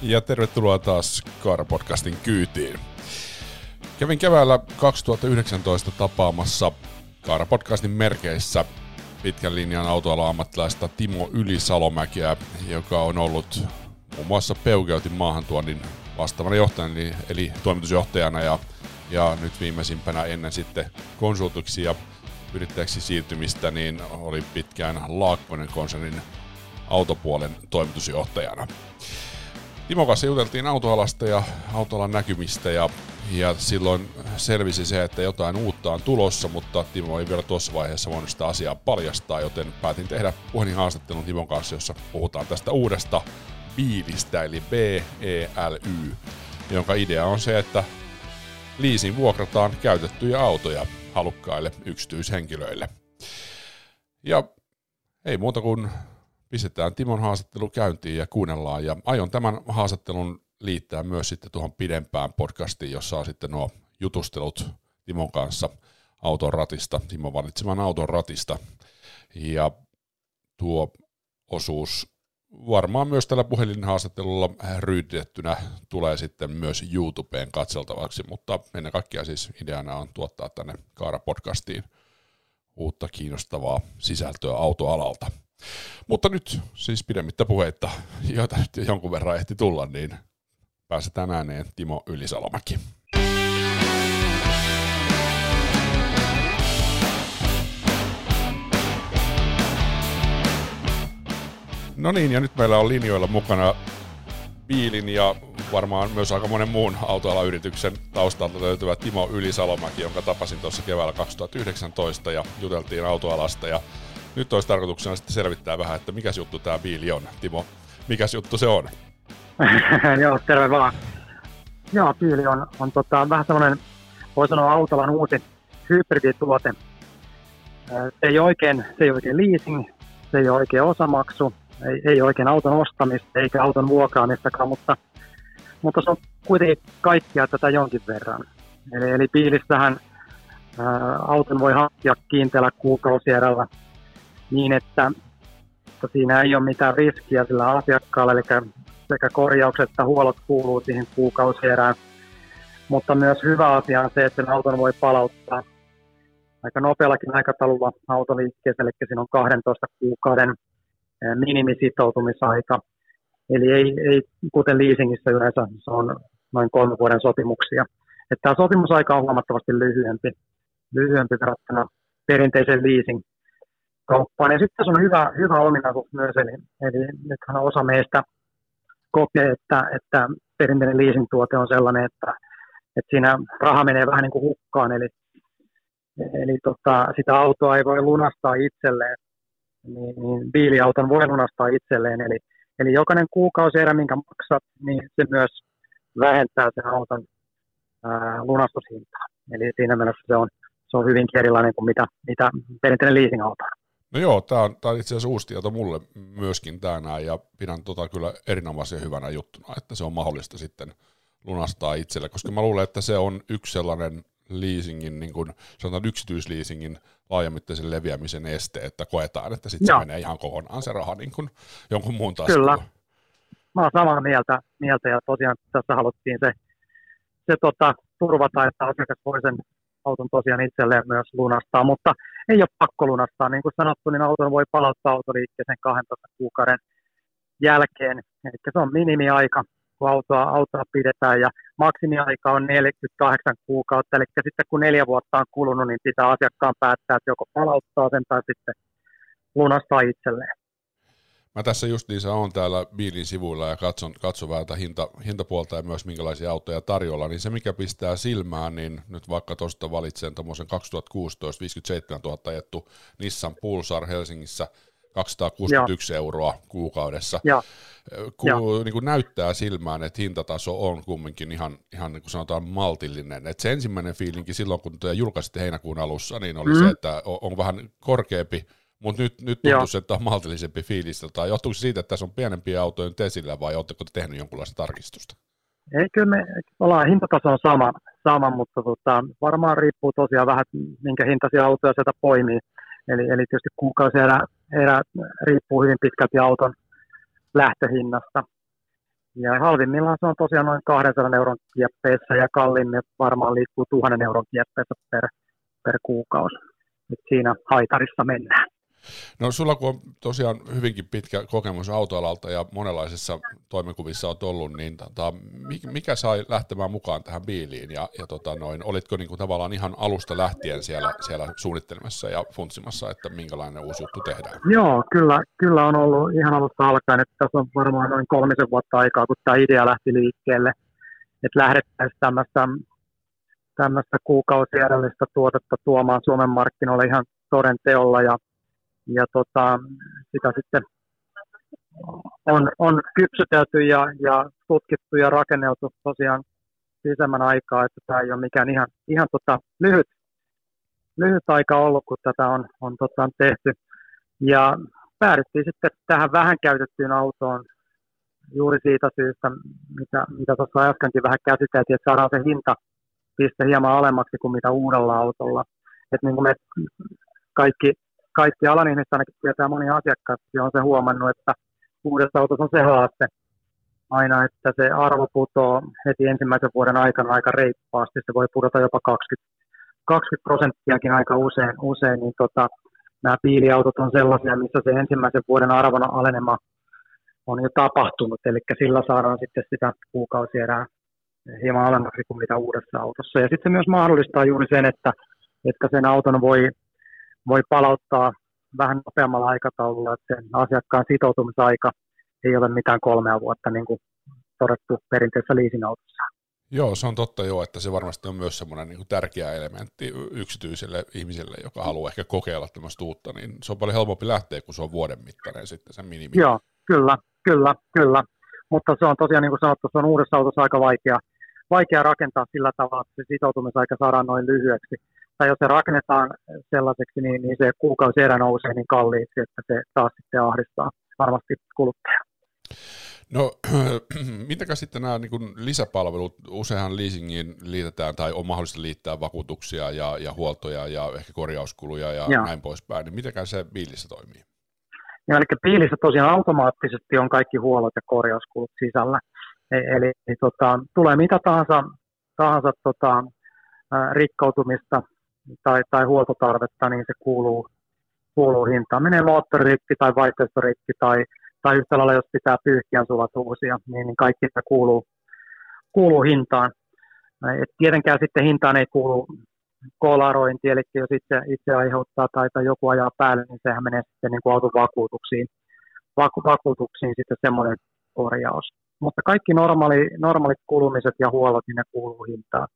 Ja tervetuloa taas Kaara-podcastin kyytiin. Kävin keväällä 2019 tapaamassa Kaara-podcastin merkeissä pitkän linjan autoala-ammattilaista Timo Ylisalomäkeä, joka on ollut muun muassa Peukeutin maahantuonnin vastaavana johtajana, eli toimitusjohtajana ja nyt viimeisimpänä ennen sitten konsultiksi ja yrittäjäksi siirtymistä, niin oli pitkään Laakkonen konsernin autopuolen toimitusjohtajana. Timon kanssa juteltiin autoalasta ja autoalan näkymistä ja silloin selvisi se, että jotain uutta on tulossa, mutta Timo ei vielä tuossa vaiheessa voinut sitä asiaa paljastaa, joten päätin tehdä puhelinhaastattelun Timon kanssa, jossa puhutaan tästä uudesta Beelystä, eli BELY, jonka idea on se, että leasing vuokrataan käytettyjä autoja halukkaille yksityishenkilöille. Ja ei muuta kuin pistetään Timon haastattelu käyntiin ja kuunnellaan, ja aion tämän haastattelun liittää myös sitten tuohon pidempään podcastiin, jossa on sitten nuo jutustelut Timon kanssa auton ratista, Timon valitseman auton ratista, ja tuo osuus varmaan myös tällä puhelinhaastattelulla ryhdettynä tulee sitten myös YouTubeen katseltavaksi, mutta ennen kaikkea siis ideana on tuottaa tänne Kaara-podcastiin uutta kiinnostavaa sisältöä autoalalta. Mutta nyt siis pidemmittä puheitta, joita nyt jonkun verran ehti tulla, niin pääsetään ääneen Timo Ylisalomäki. No niin, ja nyt meillä on linjoilla mukana Beelyn ja varmaan myös aika monen muun autoalayrityksen taustalta löytyvä Timo Ylisalomäki, jonka tapasin tuossa keväällä 2019 ja juteltiin autoalasta. Ja nyt olisi tarkoituksena sitten selvittää vähän, että mikäs juttu tämä Beely on. Timo, mikäs juttu se on? Joo, terve vaan. Joo, Beely on vähän sellainen, voi sanoa autoalan uusi hybridituote. Se ei ole oikein leasing, se ei ole oikein osamaksu, ei oikein auton ostamista eikä auton vuokraamistakaan, mutta se on kuitenkin kaikkia tätä jonkin verran. Eli Beelyssähän auton voi hankkia kiinteällä kuukausierällä niin, että siinä ei ole mitään riskiä sillä asiakkaalla, eli sekä korjaukset että huollot kuuluu siihen kuukausierään. Mutta myös hyvä asia on se, että sen auton voi palauttaa aika nopeallakin aikataululla autoliikkeessä, eli siinä on 12 kuukauden minimisitoutumisaika. Eli ei kuten leasingissä yleensä, se on noin 3 vuoden sopimuksia. Että tämä sopimusaika on huomattavasti lyhyempi verrattuna perinteiseen leasing-kauppaan. Ja sitten tässä on hyvä ominaisuus myös, eli nythän osa meistä kokee, että perinteinen leasing-tuote on sellainen, että siinä raha menee vähän niin kuin hukkaan, eli sitä autoa ei voi lunastaa itselleen, niin Beely-auton voi lunastaa itselleen, eli jokainen kuukausierä, minkä maksat, niin se myös vähentää sen auton lunastushintaa. Eli siinä mielessä se on hyvinkin erilainen kuin mitä perinteinen leasing-auto on. No joo, tämä on itse asiassa uusi tieto mulle myöskin tänään, ja pidän kyllä erinomaisen hyvänä juttuna, että se on mahdollista sitten lunastaa itselle, koska mä luulen, että se on yksi sellainen leasingin, niin kuin sanotaan yksityisleasingin laajamittaisen leviämisen este, että koetaan, että sitten se menee ihan kokonaan se raha niin kuin jonkun muun taskuun. Kyllä, mä oon samaa mieltä ja tosiaan tässä haluttiin se turvata, että asiakas voi sen auton tosiaan itselleen myös lunastaa, mutta ei ole pakko lunastaa. Niin kuin sanottu, niin auton voi palauttaa autoliikkeeseen 12 kuukauden jälkeen, eli se on minimiaika, kun autoa pidetään, ja maksimiaika on 48 kuukautta, eli sitten kun 4 vuotta on kulunut, niin pitää asiakkaan päättää, että joko palauttaa sen tai sitten lunastaa itselleen. Mä tässä justiinsa on täällä Beelyn sivuilla ja katson vähän hintapuolta ja myös minkälaisia autoja tarjolla, niin se mikä pistää silmään, niin nyt vaikka tuosta valitsen tuommoisen 2016 57 000 ajettu Nissan Pulsar Helsingissä 261 euroa kuukaudessa. Niin kuin näyttää silmään, että hintataso on kumminkin ihan niin kuin sanotaan maltillinen. Et se ensimmäinen fiilinki silloin, kun julkaisitte heinäkuun alussa, niin oli se, että on vähän korkeampi, mutta nyt tuntuu, että on maltillisempi fiilis. Johtuuko siitä, että tässä on pienempiä autoja nyt esillä, vai oletteko te tehnyt jonkunlaista tarkistusta? Ei, kyllä me ollaan, hintataso on sama mutta varmaan riippuu tosiaan vähän, minkä hintaisia autoja sieltä poimii. Eli tietysti kuukausierä riippuu hyvin pitkälti auton lähtöhinnasta. Ja halvimmillaan se on tosiaan noin 200 euron kieppeessä ja kalliimmin varmaan liikkuu 1000 euron kieppeessä per kuukausi. Nyt siinä haitarissa mennään. No sulla kun on tosiaan hyvinkin pitkä kokemus autoalalta ja monenlaisissa toimenkuvissa olet ollut, niin mikä sai lähtemään mukaan tähän biiliin ja olitko niin kuin tavallaan ihan alusta lähtien siellä suunnittelemassa ja funtsimassa, että minkälainen uusi juttu tehdään? Joo, kyllä on ollut ihan alusta alkaen, että tässä on varmaan noin 3 vuotta aikaa, kun tämä idea lähti liikkeelle, että lähdettäisiin tämmöistä kuukausierällistä tuotetta tuomaan Suomen markkinoille ihan toden teolla ja sitä sitten on kypsytelty ja tutkittu ja rakenneltu tosiaan pidemmän aikaa, että tämä ei ole mikään ihan lyhyt aika ollut, kun tätä on tehty. Ja päädyttiin sitten tähän vähän käytettyyn autoon juuri siitä syystä, mitä tuossa äskenkin vähän käsiteltiin, että saadaan se hintapiste hieman alemmaksi kuin mitä uudella autolla. Että niin kuin me kaikki alan ihmiset ainakin tietää, moni asiakkaat on se huomannut, että uudessa autossa on se haaste aina, että se arvo putoo heti ensimmäisen vuoden aikana aika reippaasti. Se voi pudota jopa 20% aika usein niin nämä piiliautot on sellaisia, missä se ensimmäisen vuoden arvon alenema on jo tapahtunut, eli sillä saadaan sitten sitä kuukausierää hieman alemmaksi kuin mitä uudessa autossa. Ja sitten se myös mahdollistaa juuri sen, että sen auton voi palauttaa vähän nopeammalla aikataululla, että sen asiakkaan sitoutumisaika ei ole mitään 3 vuotta, niin kuin todettu perinteisessä leasing-autossa. Joo, se on totta jo, että se varmasti on myös semmoinen niin kuin tärkeä elementti yksityiselle ihmiselle, joka haluaa ehkä kokeilla tämmöistä uutta, niin se on paljon helpompi lähteä, kun se on vuoden mittainen sitten sen minimi. Joo, kyllä. Mutta se on tosiaan, niin kuin sanottu, se on uudessa autossa aika vaikea rakentaa sillä tavalla, että se sitoutumisaika saadaan noin lyhyeksi. Tai jos se rakennetaan sellaiseksi, niin se kuukausierä nousee niin kalliiksi, että se taas sitten ahdistaa varmasti kuluttajaa. No, mitäkä sitten nämä niin kuin lisäpalvelut, useinhan leasingiin liitetään tai on mahdollista liittää vakuutuksia ja huoltoja ja ehkä korjauskuluja ja näin poispäin, niin mitäkään se biilissä toimii? Ja, eli biilissä tosiaan automaattisesti on kaikki huollot ja korjauskulut sisällä. Eli tulee mitä tahansa rikkoutumista tai huoltotarvetta, niin se kuuluu hintaan. Menee moottoririkki tai vaihtoehtorikki tai yhtä lailla, jos pitää pyyhkiän sulat uusia, niin kaikki se kuuluu hintaan. Et tietenkään sitten hintaan ei kuulu kolarointi, eli jos itse aiheuttaa tai joku ajaa päälle, niin sehän menee sitten niin kuin auton vakuutuksiin sitten semmoinen korjaus. Mutta kaikki normaalit kulumiset ja huollot, niin ne kuuluu hintaan.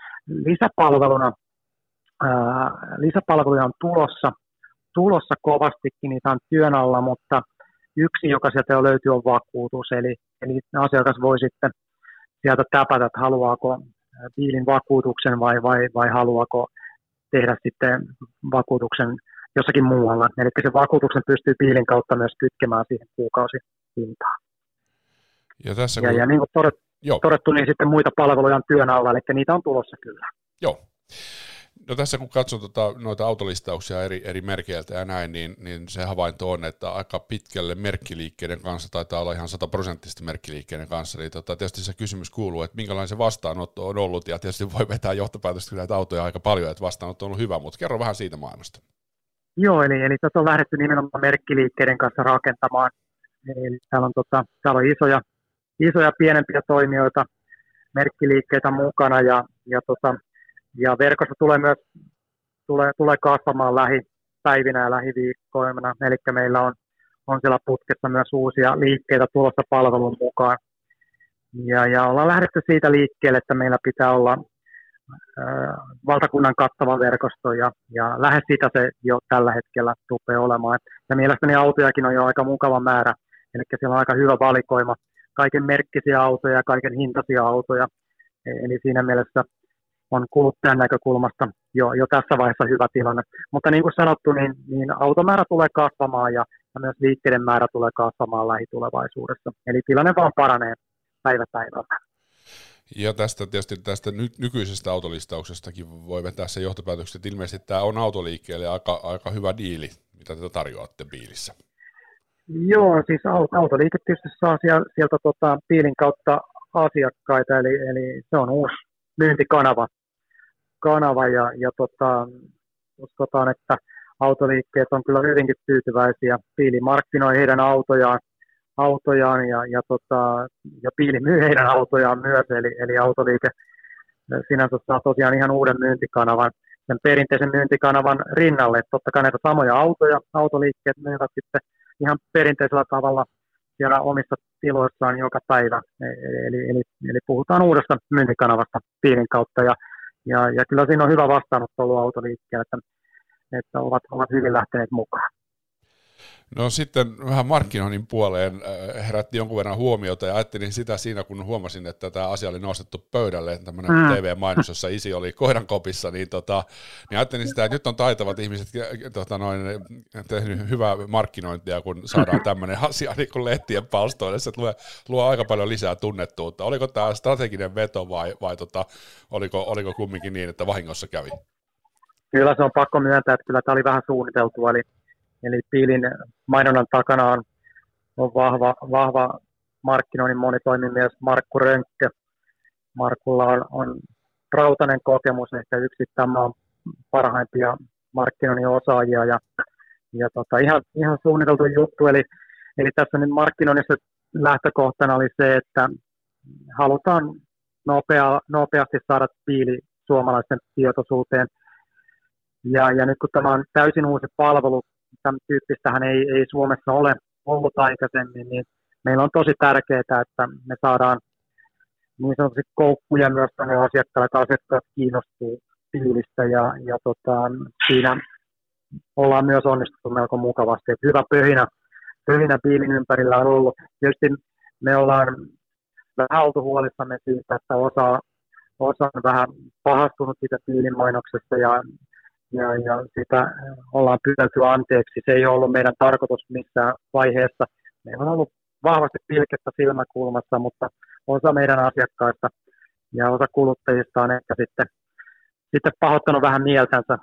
Lisäpalveluja on tulossa kovastikin, niitä on työn alla, mutta yksi, joka sieltä löytyy, on vakuutus, eli asiakas voi sitten sieltä täpätä, että haluaako biilin vakuutuksen vai haluaako tehdä sitten vakuutuksen jossakin muualla. Eli se vakuutuksen pystyy biilin kautta myös kytkemään siihen kuukausihintaan. Ja niin kuin todettu, niin sitten muita palveluja on työn alla, eli niitä on tulossa kyllä. Joo. No tässä kun katson noita autolistauksia eri merkeiltä ja näin, niin se havainto on, että aika pitkälle merkkiliikkeiden kanssa taitaa olla ihan 100% merkkiliikkeiden kanssa. Eli tietysti se kysymys kuuluu, että minkälainen se vastaanotto on ollut, ja tietysti voi vetää johtopäätöstä, että näitä autoja aika paljon, että vastaanotto on ollut hyvä, mutta kerro vähän siitä maailmasta. Joo, eli tätä on lähdetty nimenomaan merkkiliikkeiden kanssa rakentamaan. Eli täällä on isoja pienempiä toimijoita, merkkiliikkeitä mukana, ja verkosto tulee kasvamaan lähipäivinä ja lähiviikkoina, eli meillä on siellä putkessa myös uusia liikkeitä tulossa palvelun mukaan. Ja ollaan lähdetty siitä liikkeelle, että meillä pitää olla valtakunnan kattava verkosto, ja lähes sitä se jo tällä hetkellä rupeaa olemaan. Ja mielestäni autojakin on jo aika mukava määrä, eli siellä on aika hyvä valikoima kaiken merkkisiä autoja ja kaiken hintaisia autoja, eli siinä mielessä on kuluttajan näkökulmasta jo tässä vaiheessa hyvä tilanne. Mutta niin kuin sanottu, niin automäärä tulee kasvamaan ja myös liikkeiden määrä tulee kasvamaan lähitulevaisuudessa. Eli tilanne vaan paranee päivä päivältä. Ja tästä nykyisestä autolistauksestakin voi vetää sen johtopäätöksen, että ilmeisesti tämä on autoliikkeelle aika hyvä diili, mitä te tarjoatte biilissä. Joo, siis autoliike tietysti saa sieltä Piilin kautta asiakkaita, eli se on uusi myyntikanava uskotaan, että autoliikkeet on kyllä hyvinkin tyytyväisiä. Piili markkinoi heidän autojaan ja Piili myy heidän autojaan myös, eli autoliike sinänsä saa tosiaan ihan uuden myyntikanavan sen perinteisen myyntikanavan rinnalle. Että totta kai näitä samoja autoliikkeet myyvät sitten ihan perinteisellä tavalla siellä omissa tiloissaan joka päivä. Eli puhutaan uudesta myyntikanavasta Piilin kautta ja kyllä siinä on hyvä vastaanotto ollut autoliikkeelle, että ovat hyvin lähteneet mukaan. No sitten vähän markkinoinnin puoleen herätti jonkun verran huomiota ja ajattelin sitä siinä, kun huomasin, että tämä asia oli nostettu pöydälle, tämmöinen TV-mainos, jossa isi oli koirankopissa, niin ajattelin sitä, että nyt on taitavat ihmiset tehnyt hyvää markkinointia, kun saadaan tämmöinen asia niin kuin lehtien palstoille, se luo aika paljon lisää tunnettuutta. Oliko tämä strateginen veto vai oliko kumminkin niin, että vahingossa kävi? Kyllä se on pakko myöntää, että kyllä tämä oli vähän suunniteltu, eli Piilin mainonnan takana on vahva markkinoinnin monitoimimies Markku Rönkkö. Markulla on rautainen kokemus, ehkä yksi tämän parhaimpia markkinoinnin osaajia ja ihan suunniteltu juttu. Eli tässä nyt markkinoinnissa lähtökohtana oli se, että halutaan nopeasti saada Piili suomalaisten tietoisuuteen. Ja nyt kun tämä on täysin uusi palvelu, tämän tyyppistähän ei Suomessa ole ollut aikaisemmin, niin meillä on tosi tärkeää, että me saadaan niin sanotusti koukkuja myös tänne asiakkaille, että asiakkaat kiinnostuu Piilistä ja siinä ollaan myös onnistuttu melko mukavasti. Että hyvä pöhinä Piilin ympärillä on ollut. Tietysti me ollaan vähän oltu huolissamme siitä, että osa on vähän pahastunut siitä Piilin mainoksesta ja sitä ollaan pyydelty anteeksi. Se ei ole ollut meidän tarkoitus missään vaiheessa. Meillä on ollut vahvasti pilkettä silmäkulmassa, mutta osa meidän asiakkaista ja osa kuluttajista on ehkä sitten pahoittanut vähän mieltänsä,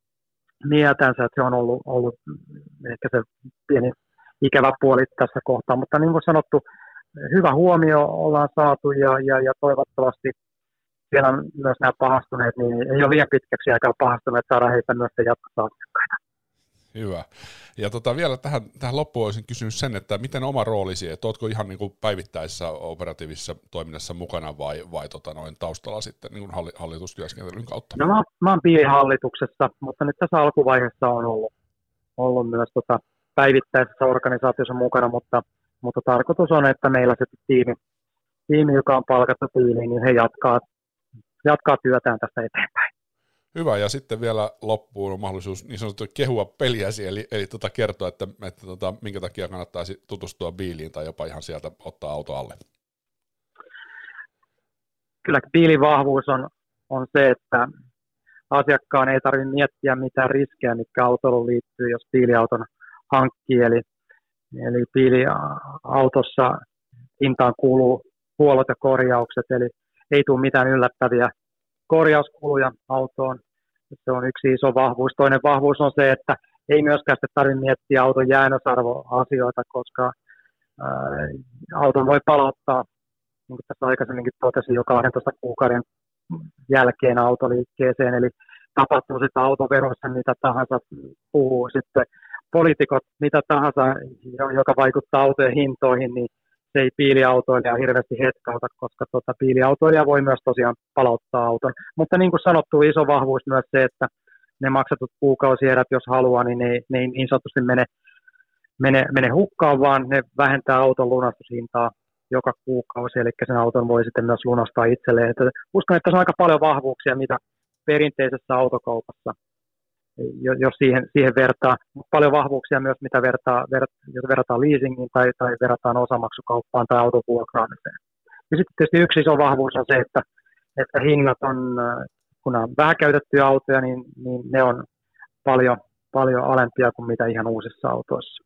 että se on ollut ehkä se pieni ikävä puoli tässä kohtaa. Mutta niin kuin sanottu, hyvä huomio ollaan saatu ja toivottavasti siellä on myös nämä pahastuneet, niin ei ole liian pitkäksi aikaa pahastuneet, saada heistä myös jatkossa asiakkaita. Hyvä. Ja vielä tähän loppuun olisin kysynyt sen, että miten oma roolisi, että oletko ihan niin kuin päivittäisessä operatiivisessa toiminnassa mukana vai taustalla sitten niin kuin hallitustyöskentelyn kautta? No mä oon Piilin hallituksessa, mutta nyt tässä alkuvaiheessa on ollut myös päivittäisessä organisaatiossa mukana, mutta tarkoitus on, että meillä se tiimi, joka on palkattu Piiliin, niin he jatkaa työtään tästä eteenpäin. Hyvä, ja sitten vielä loppuun on mahdollisuus niin sanottu kehua peliäsi, eli kertoa, että minkä takia kannattaisi tutustua Piiliin tai jopa ihan sieltä ottaa auto alle. Kyllä Piilin vahvuus on se, että asiakkaan ei tarvitse miettiä mitään riskejä, mitkä autoon liittyy, jos Piiliauton hankkii. Eli Piiliautossa hintaan kuuluu huollot ja korjaukset, eli ei tule mitään yllättäviä korjauskuluja autoon. Se on yksi iso vahvuus. Toinen vahvuus on se, että ei myöskään tarvitse miettiä auton jäännösarvoasioita, koska auton voi palauttaa, niin kuin tässä aikaisemminkin totesin, jo 12 kuukauden jälkeen autoliikkeeseen. Eli tapahtuu sitten autoverossa mitä tahansa, puhuu sitten poliitikot mitä tahansa, joka vaikuttaa autojen hintoihin, niin se ei Piiliautoilija hirveästi hetkauta, koska Piiliautoilija voi myös tosiaan palauttaa auton. Mutta niin kuin sanottu, iso vahvuus myös se, että ne maksatut kuukausierät, jos haluaa, niin ne ei niin sanotusti mene hukkaan, vaan ne vähentää auton lunastushintaa joka kuukausi, eli sen auton voi sitten myös lunastaa itselleen. Että uskon, että tässä on aika paljon vahvuuksia, mitä perinteisessä autokaupassa, jos siihen vertaa. Paljon vahvuuksia myös, mitä jos verrataan leasingiin tai verrataan osamaksukauppaan tai auton vuokraamiseen. Ja sitten tietysti yksi iso vahvuus on se, että hinnat on, kun on vähän käytettyjä autoja, niin ne on paljon alempia kuin mitä ihan uusissa autoissa.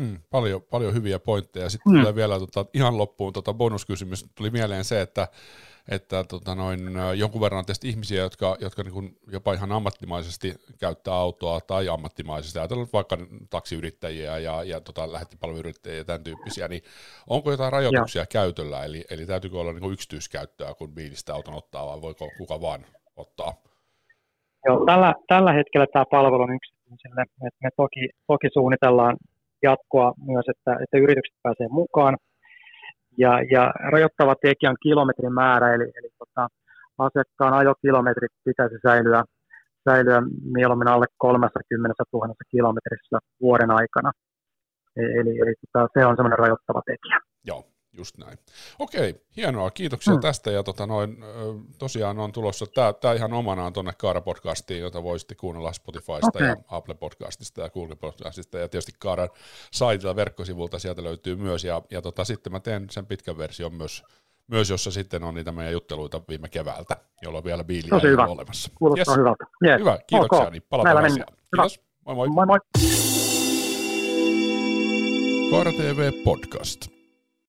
Paljon hyviä pointteja. Sitten tulee vielä ihan loppuun bonuskysymys. Tuli mieleen se, että jonkun verran tietysti ihmisiä, jotka niin kuin jopa ihan ammattimaisesti käyttää autoa tai ammattimaisesti, ajatellaan vaikka taksiyrittäjiä ja lähettipalveluyrittäjiä ja tämän tyyppisiä, niin onko jotain rajoituksia käytöllä, eli täytyykö olla niin kuin yksityiskäyttöä, kun biilistä auton ottaa, vai voiko kuka vaan ottaa? Joo, tällä hetkellä tämä palvelu on yksityiselle. Me toki suunnitellaan jatkoa myös, että yritykset pääsee mukaan. Ja rajoittava tekijä on kilometrin määrä, eli asiakkaan ajokilometrit pitäisi säilyä mieluummin alle 30 000 kilometrissä vuoden aikana. Eli se on semmoinen rajoittava tekijä. Joo, just näin. Okei, hienoa. Kiitoksia tästä. Ja tosiaan on tulossa tämä ihan omanaan tuonne Kaara-podcastiin, jota voisitte kuunnella Spotifysta ja Apple Podcastista ja Google Podcastista ja tietysti Kaaran saitilta verkkosivulta sieltä löytyy myös. Ja sitten mä teen sen pitkän version myös, jossa sitten on niitä meidän jutteluita viime keväältä, jolloin vielä biiliä ei ole olemassa. Kuulostaa hyvältä. Yes. Hyvä, kiitoksia. Niin palataan asiaan. Kiitos. Moi moi. Moi moi. Kaara TV Podcast.